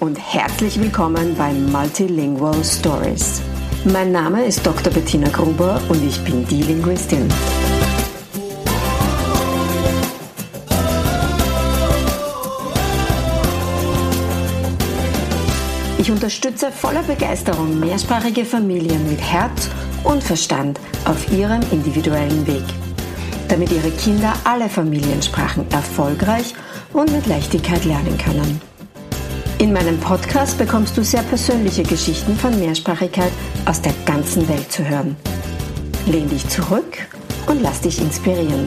und herzlich willkommen bei Multilingual Stories. Mein Name ist Dr. Bettina Gruber und ich bin die Linguistin. Ich unterstütze voller Begeisterung mehrsprachige Familien mit Herz und Verstand auf ihrem individuellen Weg, damit ihre Kinder alle Familiensprachen erfolgreich und mit Leichtigkeit lernen können. In meinem Podcast bekommst du sehr persönliche Geschichten von Mehrsprachigkeit aus der ganzen Welt zu hören. Lehn dich zurück und lass dich inspirieren.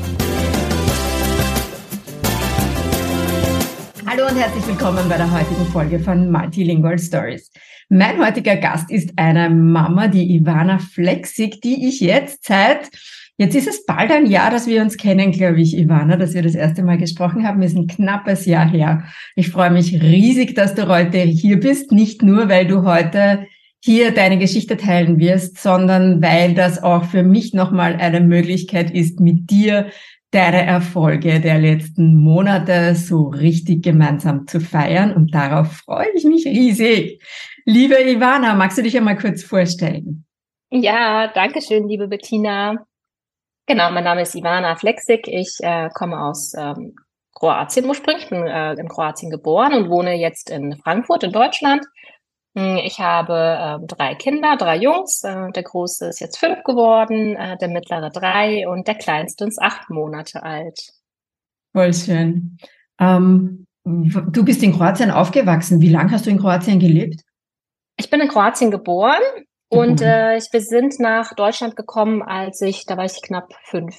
Hallo und herzlich willkommen bei der heutigen Folge von Multilingual Stories. Mein heutiger Gast ist eine Mama, die Ivana Flexig, die ich jetzt ist es bald ein Jahr, dass wir uns kennen, glaube ich, Ivana, dass wir das erste Mal gesprochen haben. Ist ein knappes Jahr her. Ich freue mich riesig, dass du heute hier bist. Nicht nur, weil du heute hier deine Geschichte teilen wirst, sondern weil das auch für mich nochmal eine Möglichkeit ist, mit dir deine Erfolge der letzten Monate so richtig gemeinsam zu feiern. Und darauf freue ich mich riesig. Liebe Ivana, magst du dich einmal kurz vorstellen? Ja, danke schön, liebe Bettina. Genau, mein Name ist Ivana Flexig. Ich komme aus Kroatien ursprünglich. Ich bin in Kroatien geboren und wohne jetzt in Frankfurt in Deutschland. Ich habe 3 Kinder, 3 Jungs. Der Große ist jetzt 5 geworden, der Mittlere 3 und der Kleinste ist 8 Monate alt. Voll schön. Du bist in Kroatien aufgewachsen. Wie lange hast du in Kroatien gelebt? Ich bin in Kroatien geboren. Und wir sind nach Deutschland gekommen, da war ich knapp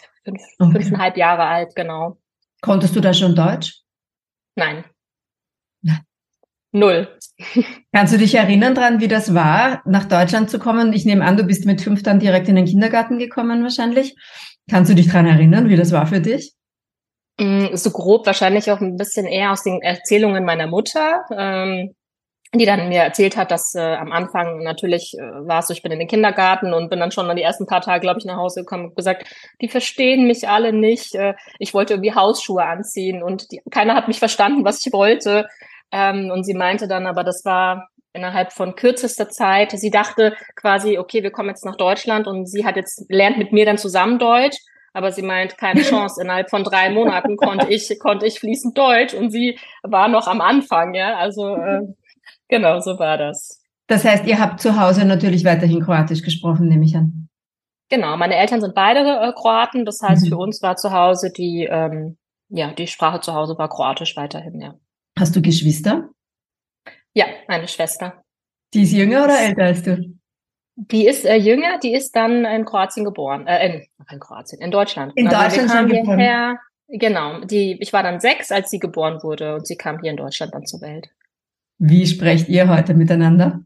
5,5 Jahre alt, genau. Konntest du da schon Deutsch? Nein. Ja. 0. Kannst du dich erinnern dran, wie das war, nach Deutschland zu kommen? Ich nehme an, du bist mit 5 dann direkt in den Kindergarten gekommen wahrscheinlich. Kannst du dich dran erinnern, wie das war für dich? So grob wahrscheinlich auch ein bisschen eher aus den Erzählungen meiner Mutter, die dann mir erzählt hat, dass am Anfang natürlich war es so, ich bin in den Kindergarten und bin dann schon an die ersten paar Tage, glaube ich, nach Hause gekommen und gesagt, die verstehen mich alle nicht. Ich wollte irgendwie Hausschuhe anziehen und keiner hat mich verstanden, was ich wollte. Und sie meinte dann, aber das war innerhalb von kürzester Zeit. Sie dachte quasi, okay, wir kommen jetzt nach Deutschland und sie lernt mit mir dann zusammen Deutsch. Aber sie meint, keine Chance. Innerhalb von 3 Monaten konnte ich fließend Deutsch und sie war noch am Anfang, ja. Also genau, so war das. Das heißt, ihr habt zu Hause natürlich weiterhin Kroatisch gesprochen, nehme ich an. Genau, meine Eltern sind beide Kroaten. Das heißt, für uns war zu Hause die Sprache zu Hause war Kroatisch weiterhin, ja. Hast du Geschwister? Ja, eine Schwester. Die ist jünger oder älter als du? Die ist jünger, die ist dann in Kroatien geboren. In Deutschland. In Deutschland schon geboren? Genau, ich war dann 6, als sie geboren wurde und sie kam hier in Deutschland dann zur Welt. Wie sprecht ihr heute miteinander?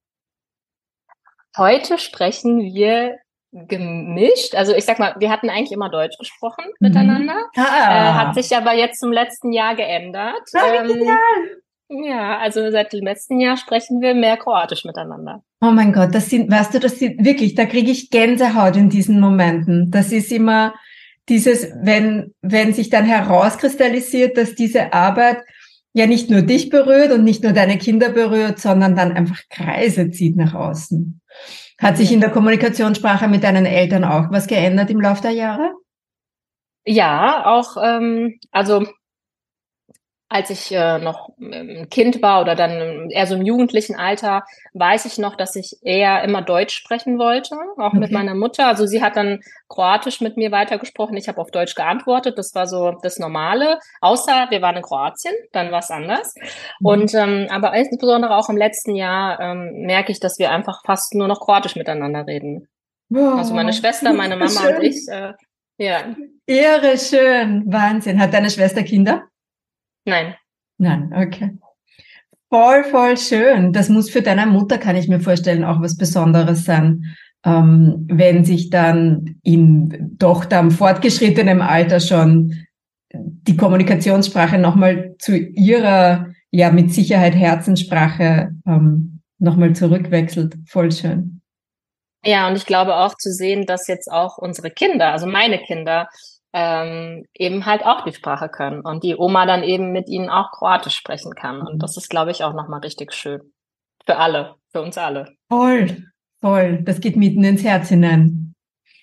Heute sprechen wir gemischt. Also ich sag mal, wir hatten eigentlich immer Deutsch gesprochen miteinander. Hat sich aber jetzt zum letzten Jahr geändert. Ja, also seit dem letzten Jahr sprechen wir mehr Kroatisch miteinander. Oh mein Gott, das sind wirklich, da kriege ich Gänsehaut in diesen Momenten. Das ist immer dieses, wenn sich dann herauskristallisiert, dass diese Arbeit ja nicht nur dich berührt und nicht nur deine Kinder berührt, sondern dann einfach Kreise zieht nach außen. Hat sich in der Kommunikationssprache mit deinen Eltern auch was geändert im Laufe der Jahre? Ja, auch, also als ich noch ein Kind war oder dann eher so im jugendlichen Alter, weiß ich noch, dass ich eher immer Deutsch sprechen wollte, auch mit meiner Mutter. Also sie hat dann Kroatisch mit mir weitergesprochen, ich habe auf Deutsch geantwortet, das war so das Normale, außer wir waren in Kroatien, dann war es anders. Und aber insbesondere auch im letzten Jahr merke ich, dass wir einfach fast nur noch Kroatisch miteinander reden. Wow. Also meine Schwester, meine Mama und ich, ja. Irre schön, Wahnsinn. Hat deine Schwester Kinder? Nein. Nein, okay. Voll schön. Das muss für deine Mutter, kann ich mir vorstellen, auch was Besonderes sein, wenn sich dann in doch dann fortgeschrittenem Alter schon die Kommunikationssprache nochmal zu ihrer, ja mit Sicherheit Herzenssprache nochmal zurückwechselt. Voll schön. Ja, und ich glaube auch zu sehen, dass jetzt auch unsere Kinder, also meine Kinder, eben halt auch die Sprache können und die Oma dann eben mit ihnen auch Kroatisch sprechen kann. Und das ist, glaube ich, auch nochmal richtig schön. Für alle, für uns alle. Voll, voll. Das geht mitten ins Herz hinein.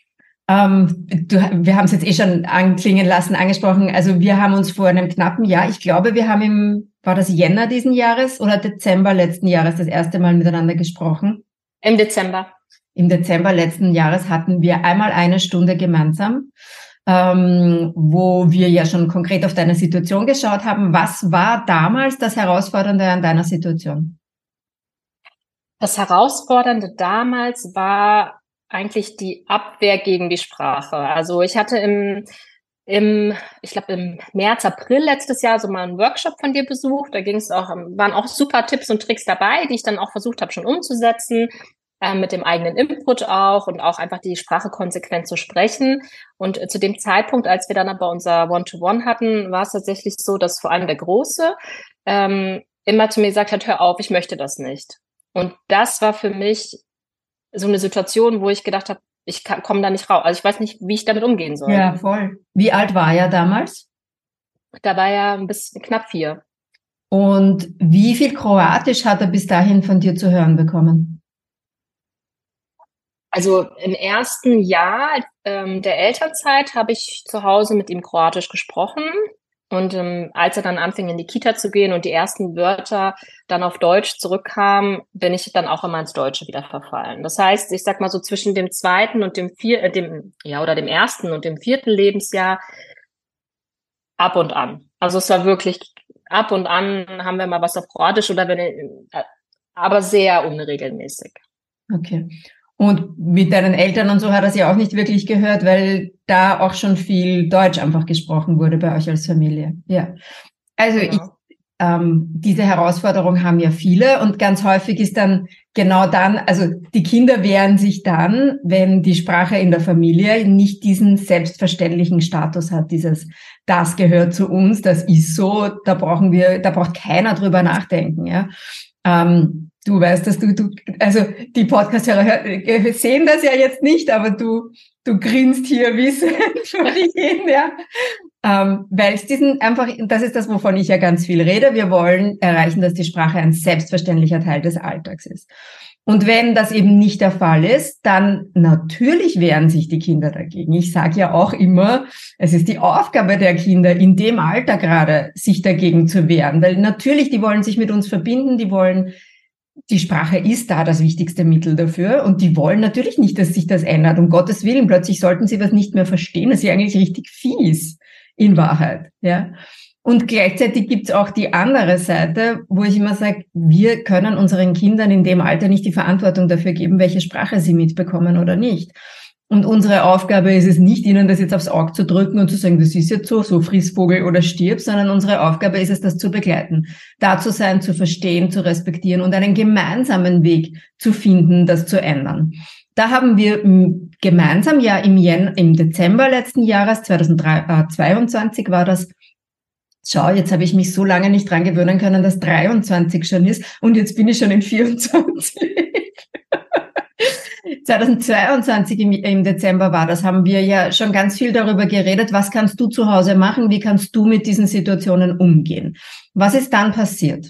Wir haben es jetzt schon anklingen lassen, angesprochen. Also wir haben uns vor einem knappen Jahr, ich glaube, wir haben war das Jänner diesen Jahres oder Dezember letzten Jahres das erste Mal miteinander gesprochen? Im Dezember. Im Dezember letzten Jahres hatten wir einmal eine Stunde gemeinsam, wo wir ja schon konkret auf deine Situation geschaut haben. Was war damals das Herausfordernde an deiner Situation? Das Herausfordernde damals war eigentlich die Abwehr gegen die Sprache. Also ich hatte ich glaube im März, April letztes Jahr so mal einen Workshop von dir besucht. Da waren auch super Tipps und Tricks dabei, die ich dann auch versucht habe schon umzusetzen, mit dem eigenen Input auch und auch einfach die Sprache konsequent zu sprechen. Und zu dem Zeitpunkt, als wir dann aber unser One-to-One hatten, war es tatsächlich so, dass vor allem der Große immer zu mir gesagt hat, hör auf, ich möchte das nicht. Und das war für mich so eine Situation, wo ich gedacht habe, ich komme da nicht raus. Also ich weiß nicht, wie ich damit umgehen soll. Ja, voll. Wie alt war er damals? Da war er ein bisschen knapp 4. Und wie viel Kroatisch hat er bis dahin von dir zu hören bekommen? Also im ersten Jahr der Elternzeit habe ich zu Hause mit ihm Kroatisch gesprochen. Und als er dann anfing, in die Kita zu gehen und die ersten Wörter dann auf Deutsch zurückkamen, bin ich dann auch immer ins Deutsche wieder verfallen. Das heißt, ich sag mal so zwischen dem zweiten und dem ersten und dem 4. Lebensjahr ab und an. Also es war wirklich ab und an haben wir mal was auf Kroatisch aber sehr unregelmäßig. Okay. Und mit deinen Eltern und so hat er sie auch nicht wirklich gehört, weil da auch schon viel Deutsch einfach gesprochen wurde bei euch als Familie. Ja. Also diese Herausforderung haben ja viele und ganz häufig ist dann genau dann, also die Kinder wehren sich dann, wenn die Sprache in der Familie nicht diesen selbstverständlichen Status hat, das gehört zu uns, das ist so, da braucht keiner drüber nachdenken, ja. Du weißt, dass also die Podcast-Hörer sehen das ja jetzt nicht, aber du grinst hier wissend vor dich hin, ja. Weil es das ist das, wovon ich ja ganz viel rede. Wir wollen erreichen, dass die Sprache ein selbstverständlicher Teil des Alltags ist. Und wenn das eben nicht der Fall ist, dann natürlich wehren sich die Kinder dagegen. Ich sage ja auch immer, es ist die Aufgabe der Kinder, in dem Alter gerade sich dagegen zu wehren. Weil natürlich, die wollen sich mit uns verbinden, die Sprache ist da das wichtigste Mittel dafür und die wollen natürlich nicht, dass sich das ändert. Um Gottes Willen, plötzlich sollten sie was nicht mehr verstehen. Das ist ja eigentlich richtig fies in Wahrheit, ja. Und gleichzeitig gibt's auch die andere Seite, wo ich immer sage, wir können unseren Kindern in dem Alter nicht die Verantwortung dafür geben, welche Sprache sie mitbekommen oder nicht. Und unsere Aufgabe ist es nicht, ihnen das jetzt aufs Auge zu drücken und zu sagen, das ist jetzt so friss Vogel oder stirb, sondern unsere Aufgabe ist es, das zu begleiten, da zu sein, zu verstehen, zu respektieren und einen gemeinsamen Weg zu finden, das zu ändern. Da haben wir gemeinsam ja im Dezember letzten Jahres, 2022 war das. Schau, jetzt habe ich mich so lange nicht dran gewöhnen können, dass 23 schon ist und jetzt bin ich schon in 24. 2022 im Dezember war das, haben wir ja schon ganz viel darüber geredet, was kannst du zu Hause machen, wie kannst du mit diesen Situationen umgehen. Was ist dann passiert?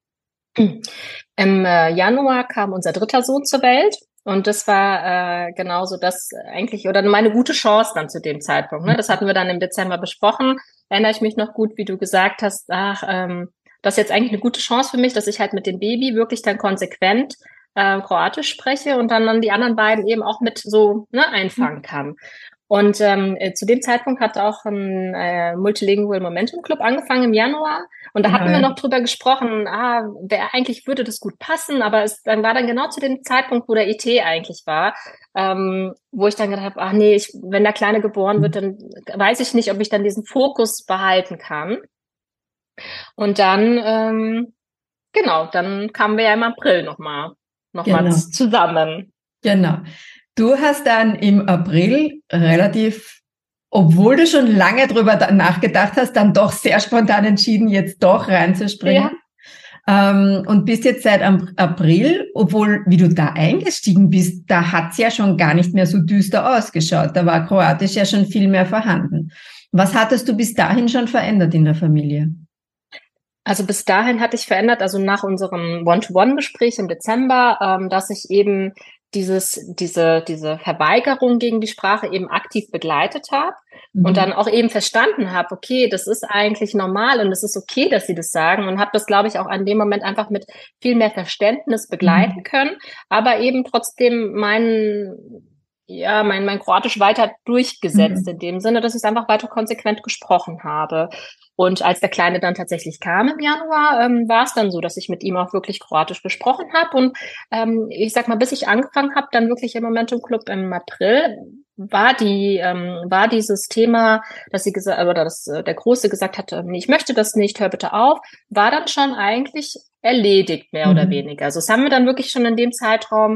Im Januar kam unser 3. Sohn zur Welt. Und das war genauso das eigentlich, oder meine gute Chance dann zu dem Zeitpunkt. Ne? Das hatten wir dann im Dezember besprochen. Erinnere ich mich noch gut, wie du gesagt hast, das ist jetzt eigentlich eine gute Chance für mich, dass ich halt mit dem Baby wirklich dann konsequent Kroatisch spreche und dann die anderen beiden eben auch mit so einfangen kann. Und zu dem Zeitpunkt hat auch ein Multilingual Momentum Club angefangen im Januar. Und da hatten wir noch drüber gesprochen, eigentlich würde das gut passen, aber dann war dann genau zu dem Zeitpunkt, wo der IT eigentlich war, wo ich dann gedacht habe, wenn der Kleine geboren wird, dann weiß ich nicht, ob ich dann diesen Fokus behalten kann. Und dann, dann kamen wir ja im April nochmal zusammen. Genau. Du hast dann im April obwohl du schon lange drüber nachgedacht hast, dann doch sehr spontan entschieden, jetzt doch reinzuspringen. Und bist jetzt seit April, obwohl, wie du da eingestiegen bist, da hat's ja schon gar nicht mehr so düster ausgeschaut. Da war Kroatisch ja schon viel mehr vorhanden. Was hattest du bis dahin schon verändert in der Familie? Also bis dahin hatte ich verändert, also nach unserem One-to-One-Gespräch im Dezember, dass ich eben diese Verweigerung gegen die Sprache eben aktiv begleitet habe und dann auch eben verstanden habe, okay, das ist eigentlich normal und es ist okay, dass sie das sagen, und habe das, glaube ich, auch an dem Moment einfach mit viel mehr Verständnis begleiten können, aber eben trotzdem mein Kroatisch weiter durchgesetzt, in dem Sinne, dass ich es einfach weiter konsequent gesprochen habe. Und als der Kleine dann tatsächlich kam im Januar, war es dann so, dass ich mit ihm auch wirklich Kroatisch gesprochen habe. Und ich sag mal, bis ich angefangen habe, dann wirklich im Momentum Club im April, war dieses Thema, dass der Große gesagt hat, nee, ich möchte das nicht, hör bitte auf, war dann schon eigentlich erledigt, mehr oder weniger. Also das haben wir dann wirklich schon in dem Zeitraum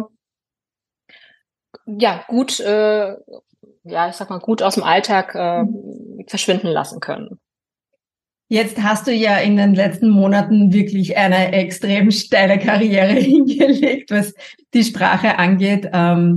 gut aus dem Alltag verschwinden lassen können. Jetzt hast du ja in den letzten Monaten wirklich eine extrem steile Karriere hingelegt, was die Sprache angeht.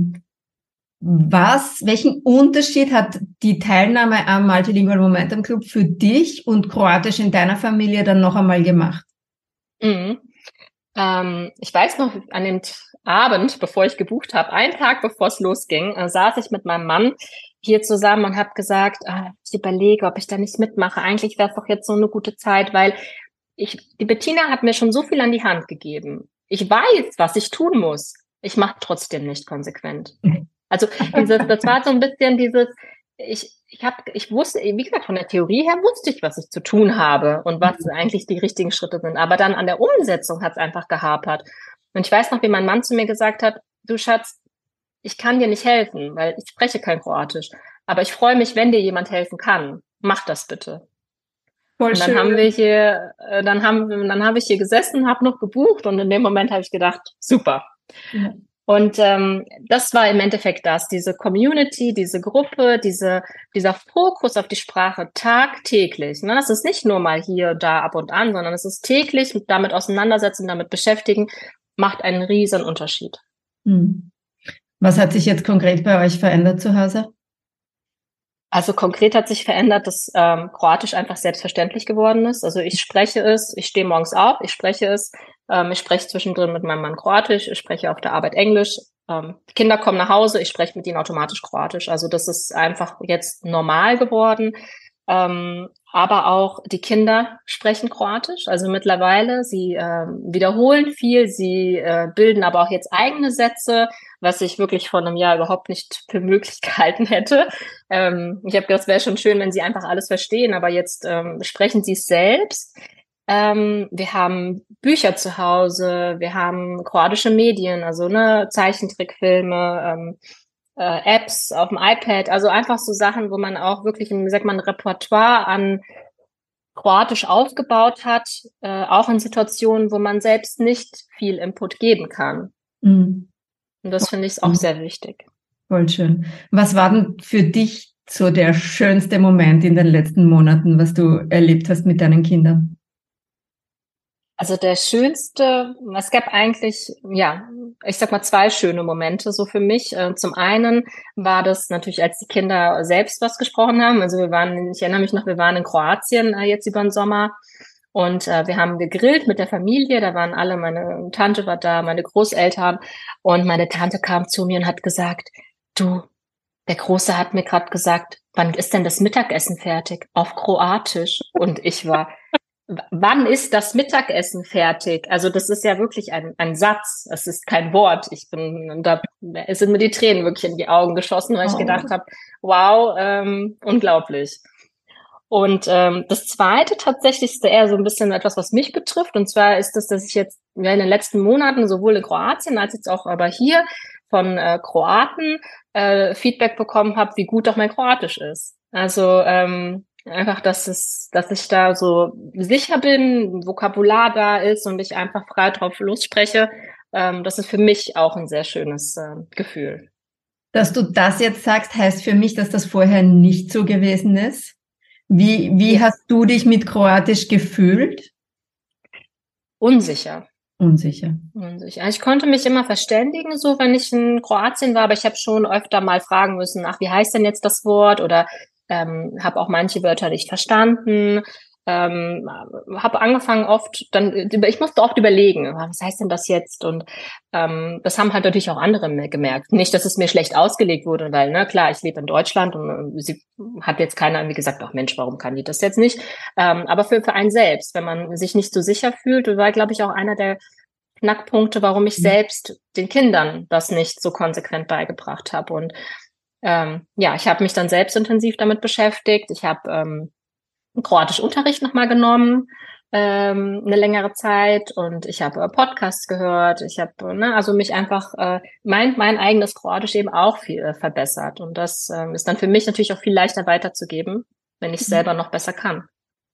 Welchen Unterschied hat die Teilnahme am Multilingual Momentum Club für dich und Kroatisch in deiner Familie dann noch einmal gemacht? Ich weiß noch, an dem Abend, bevor ich gebucht habe, einen Tag bevor es losging, saß ich mit meinem Mann hier zusammen und habe gesagt, ich überlege, ob ich da nicht mitmache. Eigentlich wäre es doch jetzt so eine gute Zeit, weil die Bettina hat mir schon so viel an die Hand gegeben. Ich weiß, was ich tun muss. Ich mache trotzdem nicht konsequent. Also das war so ein bisschen dieses, ich wusste, wie gesagt, von der Theorie her wusste ich, was ich zu tun habe und was eigentlich die richtigen Schritte sind. Aber dann an der Umsetzung hat es einfach gehapert. Und ich weiß noch, wie mein Mann zu mir gesagt hat, du Schatz, ich kann dir nicht helfen, weil ich spreche kein Kroatisch. Aber ich freue mich, wenn dir jemand helfen kann. Mach das bitte. Voll und dann schön. habe ich hier gesessen, habe noch gebucht und in dem Moment habe ich gedacht, super. Ja. Und das war im Endeffekt diese Community, diese Gruppe, dieser Fokus auf die Sprache tagtäglich. Ne? Das ist nicht nur mal hier, da, ab und an, sondern es ist täglich damit auseinandersetzen, damit beschäftigen, macht einen riesen Unterschied. Was hat sich jetzt konkret bei euch verändert zu Hause? Also konkret hat sich verändert, dass Kroatisch einfach selbstverständlich geworden ist. Also ich spreche es, ich stehe morgens auf, ich spreche es, ich spreche zwischendrin mit meinem Mann Kroatisch, ich spreche auf der Arbeit Englisch. Die Kinder kommen nach Hause, ich spreche mit ihnen automatisch Kroatisch. Also das ist einfach jetzt normal geworden. Aber auch die Kinder sprechen Kroatisch. Also mittlerweile, sie wiederholen viel, sie bilden aber auch jetzt eigene Sätze, was ich wirklich vor einem Jahr überhaupt nicht für möglich gehalten hätte. Ich habe gedacht, es wäre schon schön, wenn sie einfach alles verstehen, aber jetzt sprechen sie es selbst. Wir haben Bücher zu Hause, wir haben kroatische Medien, also Zeichentrickfilme, Apps auf dem iPad, also einfach so Sachen, wo man auch wirklich ein Repertoire an Kroatisch aufgebaut hat, auch in Situationen, wo man selbst nicht viel Input geben kann. Und das finde ich auch sehr wichtig. Voll schön. Was war denn für dich so der schönste Moment in den letzten Monaten, was du erlebt hast mit deinen Kindern? Also der schönste, es gab eigentlich, ich sag mal 2 schöne Momente so für mich. Zum einen war das natürlich, als die Kinder selbst was gesprochen haben. Also ich erinnere mich noch, wir waren in Kroatien jetzt über den Sommer und wir haben gegrillt mit der Familie. Da waren alle, meine Tante war da, meine Großeltern, und meine Tante kam zu mir und hat gesagt, du, der Große hat mir gerade gesagt, wann ist denn das Mittagessen fertig? Auf Kroatisch. Und ich war... Wann ist das Mittagessen fertig? Also das ist ja wirklich ein Satz, es ist kein Wort. Es sind mir die Tränen wirklich in die Augen geschossen, weil ich gedacht habe, wow, unglaublich. Und das Zweite tatsächlich ist eher so ein bisschen etwas, was mich betrifft. Und zwar ist das, dass ich jetzt in den letzten Monaten sowohl in Kroatien als jetzt auch aber hier von Kroaten Feedback bekommen habe, wie gut doch mein Kroatisch ist. Also einfach, dass ich da so sicher bin, Vokabular da ist und ich einfach frei drauf losspreche. Das ist für mich auch ein sehr schönes Gefühl. Dass du das jetzt sagst, heißt für mich, dass das vorher nicht so gewesen ist. Wie hast du dich mit Kroatisch gefühlt? Unsicher. Unsicher. Unsicher. Ich konnte mich immer verständigen, so wenn ich in Kroatien war, aber ich habe schon öfter mal fragen müssen, ach, wie heißt denn jetzt das Wort? Oder habe auch manche Wörter nicht verstanden. Habe angefangen oft, ich musste oft überlegen, was heißt denn das jetzt? Und das haben halt natürlich auch andere gemerkt. Nicht, dass es mir schlecht ausgelegt wurde, weil, ne, klar, ich lebe in Deutschland und sie hat jetzt keiner irgendwie gesagt, ach Mensch, warum kann die das jetzt nicht? Aber für einen selbst, wenn man sich nicht so sicher fühlt, war, glaube ich, auch einer der Knackpunkte, warum ich selbst den Kindern das nicht so konsequent beigebracht habe. Und ich habe mich dann selbst intensiv damit beschäftigt. Ich habe kroatischen Unterricht nochmal genommen, eine längere Zeit, und ich habe Podcasts gehört. Ich habe also mich einfach mein eigenes Kroatisch eben auch viel verbessert. Und das ist dann für mich natürlich auch viel leichter weiterzugeben, wenn ich es selber noch besser kann.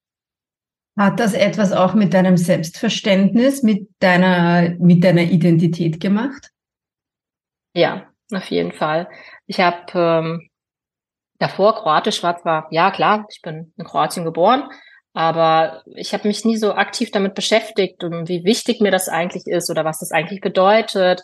Hat das etwas auch mit deinem Selbstverständnis, mit deiner Identität gemacht? Ja, auf jeden Fall. Ich habe davor, Kroatisch war zwar, ja klar, ich bin in Kroatien geboren, aber ich habe mich nie so aktiv damit beschäftigt, wie wichtig mir das eigentlich ist oder was das eigentlich bedeutet.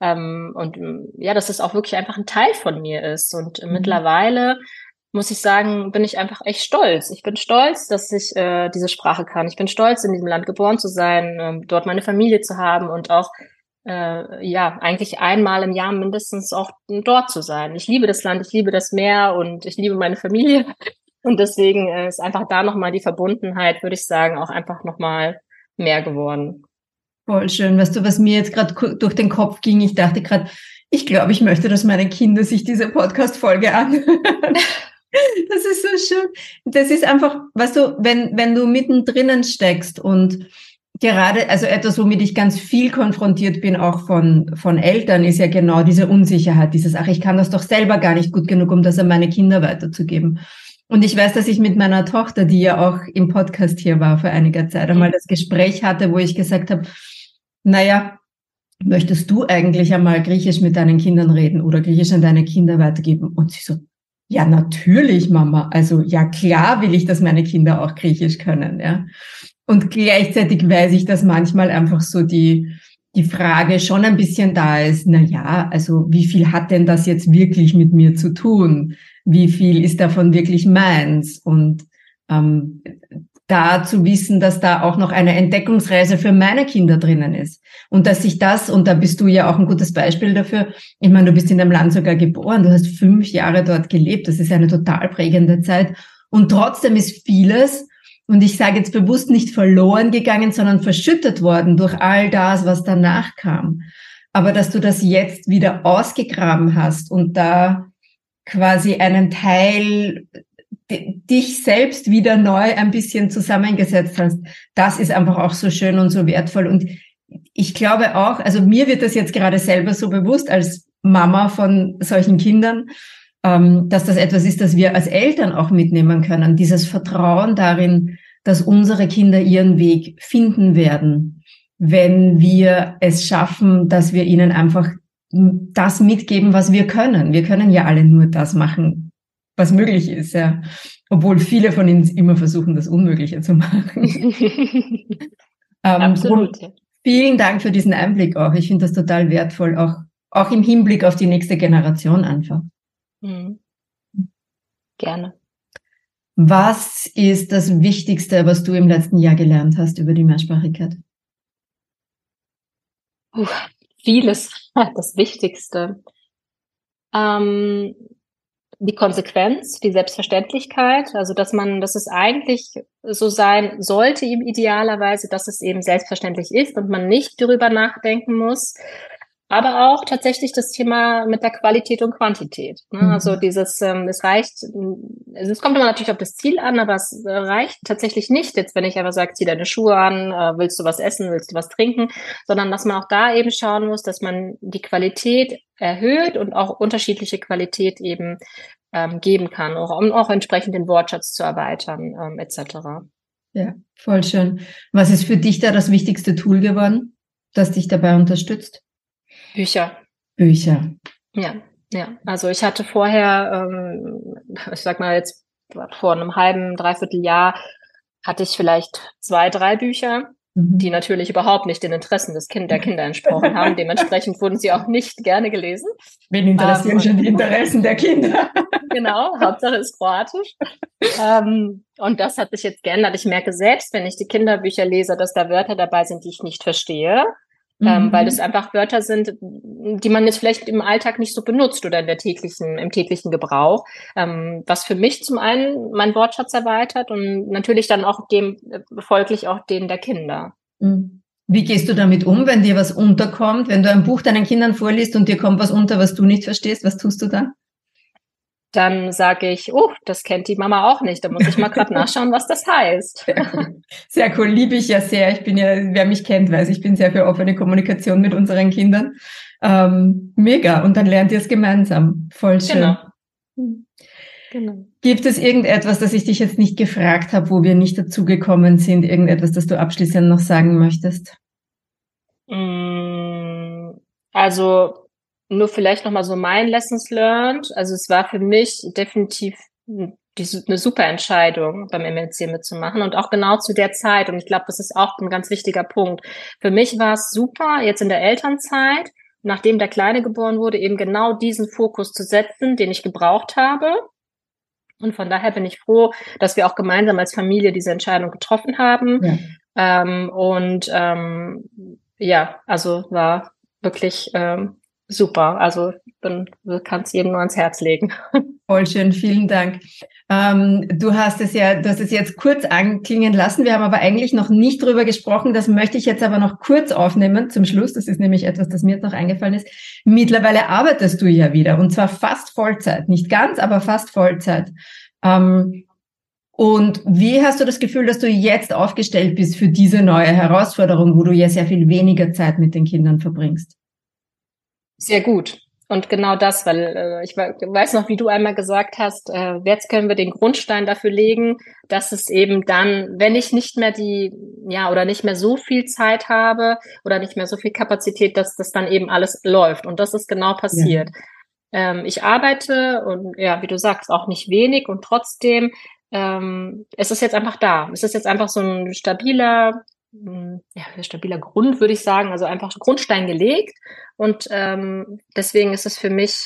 Dass es auch wirklich einfach ein Teil von mir ist. Und mittlerweile, muss ich sagen, bin ich einfach echt stolz. Ich bin stolz, dass ich diese Sprache kann. Ich bin stolz, in diesem Land geboren zu sein, dort meine Familie zu haben und auch eigentlich einmal im Jahr mindestens auch dort zu sein. Ich liebe das Land, ich liebe das Meer und ich liebe meine Familie. Und deswegen ist einfach da nochmal die Verbundenheit, würde ich sagen, auch einfach nochmal mehr geworden. Voll schön. Weißt du, was mir jetzt gerade durch den Kopf ging? Ich dachte gerade, ich glaube, ich möchte, dass meine Kinder sich diese Podcast-Folge anhören. Das ist so schön. Das ist einfach, weißt du, wenn du mittendrin steckst und gerade, also etwas, womit ich ganz viel konfrontiert bin, auch von Eltern, ist ja genau diese Unsicherheit, ach, ich kann das doch selber gar nicht gut genug, um das an meine Kinder weiterzugeben. Und ich weiß, dass ich mit meiner Tochter, die ja auch im Podcast hier war vor einiger Zeit, einmal das Gespräch hatte, wo ich gesagt habe, naja, möchtest du eigentlich einmal Griechisch mit deinen Kindern reden oder Griechisch an deine Kinder weitergeben? Und sie so, ja, natürlich, Mama. Also, ja, klar will ich, dass meine Kinder auch Griechisch können, ja. Und gleichzeitig weiß ich, dass manchmal einfach so die Frage schon ein bisschen da ist, na ja, also wie viel hat denn das jetzt wirklich mit mir zu tun? Wie viel ist davon wirklich meins? Und da zu wissen, dass da auch noch eine Entdeckungsreise für meine Kinder drinnen ist. Und dass sich das, und da bist du ja auch ein gutes Beispiel dafür, ich meine, du bist in dem Land sogar geboren, du hast 5 Jahre dort gelebt, das ist eine total prägende Zeit. Und trotzdem ist vieles, und ich sage jetzt bewusst nicht verloren gegangen, sondern verschüttet worden durch all das, was danach kam. Aber dass du das jetzt wieder ausgegraben hast und da quasi einen Teil dich selbst wieder neu ein bisschen zusammengesetzt hast, das ist einfach auch so schön und so wertvoll. Und ich glaube auch, also mir wird das jetzt gerade selber so bewusst als Mama von solchen Kindern, dass das etwas ist, das wir als Eltern auch mitnehmen können. Dieses Vertrauen darin, dass unsere Kinder ihren Weg finden werden, wenn wir es schaffen, dass wir ihnen einfach das mitgeben, was wir können. Wir können ja alle nur das machen, was möglich ist, ja. Obwohl viele von ihnen immer versuchen, das Unmögliche zu machen. Absolut. Vielen Dank für diesen Einblick auch. Ich finde das total wertvoll, auch im Hinblick auf die nächste Generation einfach. Gerne. Was ist das Wichtigste, was du im letzten Jahr gelernt hast über die Mehrsprachigkeit? Vieles. Das Wichtigste. Die Konsequenz, die Selbstverständlichkeit, also dass es eigentlich so sein sollte, idealerweise, dass es eben selbstverständlich ist und man nicht darüber nachdenken muss. Aber auch tatsächlich das Thema mit der Qualität und Quantität. Also es reicht, es kommt immer natürlich auf das Ziel an, aber es reicht tatsächlich nicht, jetzt wenn ich einfach sage, zieh deine Schuhe an, willst du was essen, willst du was trinken, sondern dass man auch da eben schauen muss, dass man die Qualität erhöht und auch unterschiedliche Qualität eben geben kann, um auch entsprechend den Wortschatz zu erweitern, etc. Ja, voll schön. Was ist für dich da das wichtigste Tool geworden, das dich dabei unterstützt? Bücher. Ja. Also ich hatte vorher, ich sag mal jetzt vor einem halben, dreiviertel Jahr, hatte ich vielleicht 2, 3 Bücher. die natürlich überhaupt nicht den Interessen der Kinder entsprochen haben. Dementsprechend wurden sie auch nicht gerne gelesen. Wen interessieren schon die Interessen der Kinder? Genau, Hauptsache ist Kroatisch. Und das hat sich jetzt geändert. Ich merke selbst, wenn ich die Kinderbücher lese, dass da Wörter dabei sind, die ich nicht verstehe. Weil das einfach Wörter sind, die man jetzt vielleicht im Alltag nicht so benutzt oder im täglichen Gebrauch. Was für mich zum einen meinen Wortschatz erweitert und natürlich dann auch folglich auch den der Kinder. Wie gehst du damit um, wenn dir was unterkommt, wenn du ein Buch deinen Kindern vorliest und dir kommt was unter, was du nicht verstehst? Was tust du dann? Dann sage ich, das kennt die Mama auch nicht. Da muss ich mal gerade nachschauen, was das heißt. Sehr cool, liebe ich ja sehr. Ich bin ja, wer mich kennt, weiß, ich bin sehr für offene Kommunikation mit unseren Kindern. Mega. Und dann lernt ihr es gemeinsam. Voll schön. Genau. Gibt es irgendetwas, das ich dich jetzt nicht gefragt habe, wo wir nicht dazugekommen sind? Irgendetwas, das du abschließend noch sagen möchtest? Also nur vielleicht nochmal so mein Lessons learned. Also es war für mich definitiv eine super Entscheidung, beim MLC mitzumachen und auch genau zu der Zeit. Und ich glaube, das ist auch ein ganz wichtiger Punkt. Für mich war es super, jetzt in der Elternzeit, nachdem der Kleine geboren wurde, eben genau diesen Fokus zu setzen, den ich gebraucht habe. Und von daher bin ich froh, dass wir auch gemeinsam als Familie diese Entscheidung getroffen haben. Ja. Also war wirklich super. Also kann es jedem nur ans Herz legen. Voll schön, vielen Dank. Du hast es jetzt kurz anklingen lassen. Wir haben aber eigentlich noch nicht drüber gesprochen. Das möchte ich jetzt aber noch kurz aufnehmen zum Schluss. Das ist nämlich etwas, das mir jetzt noch eingefallen ist. Mittlerweile arbeitest du ja wieder und zwar fast Vollzeit. Nicht ganz, aber fast Vollzeit. Und wie hast du das Gefühl, dass du jetzt aufgestellt bist für diese neue Herausforderung, wo du ja sehr viel weniger Zeit mit den Kindern verbringst? Sehr gut. Und genau das, weil ich weiß noch, wie du einmal gesagt hast, jetzt können wir den Grundstein dafür legen, dass es eben dann, wenn ich nicht mehr oder nicht mehr so viel Zeit habe oder nicht mehr so viel Kapazität, dass das dann eben alles läuft. Und das ist genau passiert. Ja. Ich arbeite und ja, wie du sagst, auch nicht wenig und trotzdem, es ist jetzt einfach da. Es ist jetzt einfach so ein stabiler Grund, würde ich sagen, also einfach Grundstein gelegt und deswegen ist es für mich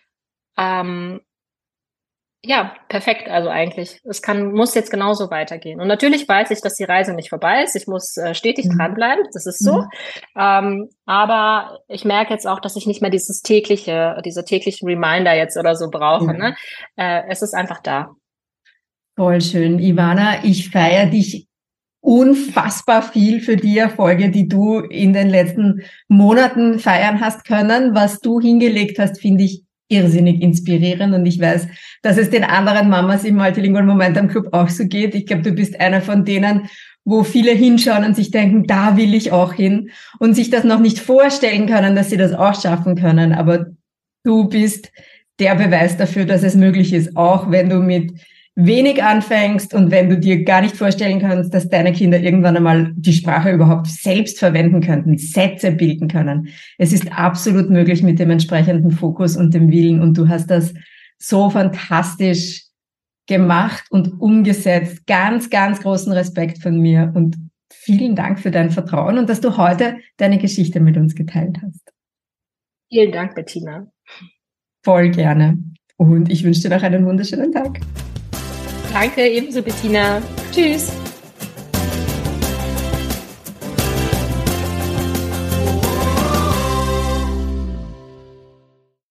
perfekt, also eigentlich. Muss jetzt genauso weitergehen. Und natürlich weiß ich, dass die Reise nicht vorbei ist. Ich muss stetig dranbleiben, das ist so. Aber ich merke jetzt auch, dass ich nicht mehr diese täglichen Reminder jetzt oder so brauche. Ne? Es ist einfach da. Voll schön. Ivana, ich feiere dich unfassbar viel für die Erfolge, die du in den letzten Monaten feiern hast können. Was du hingelegt hast, finde ich irrsinnig inspirierend und ich weiß, dass es den anderen Mamas im Multilingual Momentum Club auch so geht. Ich glaube, du bist einer von denen, wo viele hinschauen und sich denken, da will ich auch hin und sich das noch nicht vorstellen können, dass sie das auch schaffen können. Aber du bist der Beweis dafür, dass es möglich ist, auch wenn du mit wenig anfängst und wenn du dir gar nicht vorstellen kannst, dass deine Kinder irgendwann einmal die Sprache überhaupt selbst verwenden könnten, Sätze bilden können. Es ist absolut möglich mit dem entsprechenden Fokus und dem Willen und du hast das so fantastisch gemacht und umgesetzt. Ganz, ganz großen Respekt von mir und vielen Dank für dein Vertrauen und dass du heute deine Geschichte mit uns geteilt hast. Vielen Dank, Bettina. Voll gerne. Und ich wünsche dir noch einen wunderschönen Tag. Danke, ebenso, Bettina. Tschüss.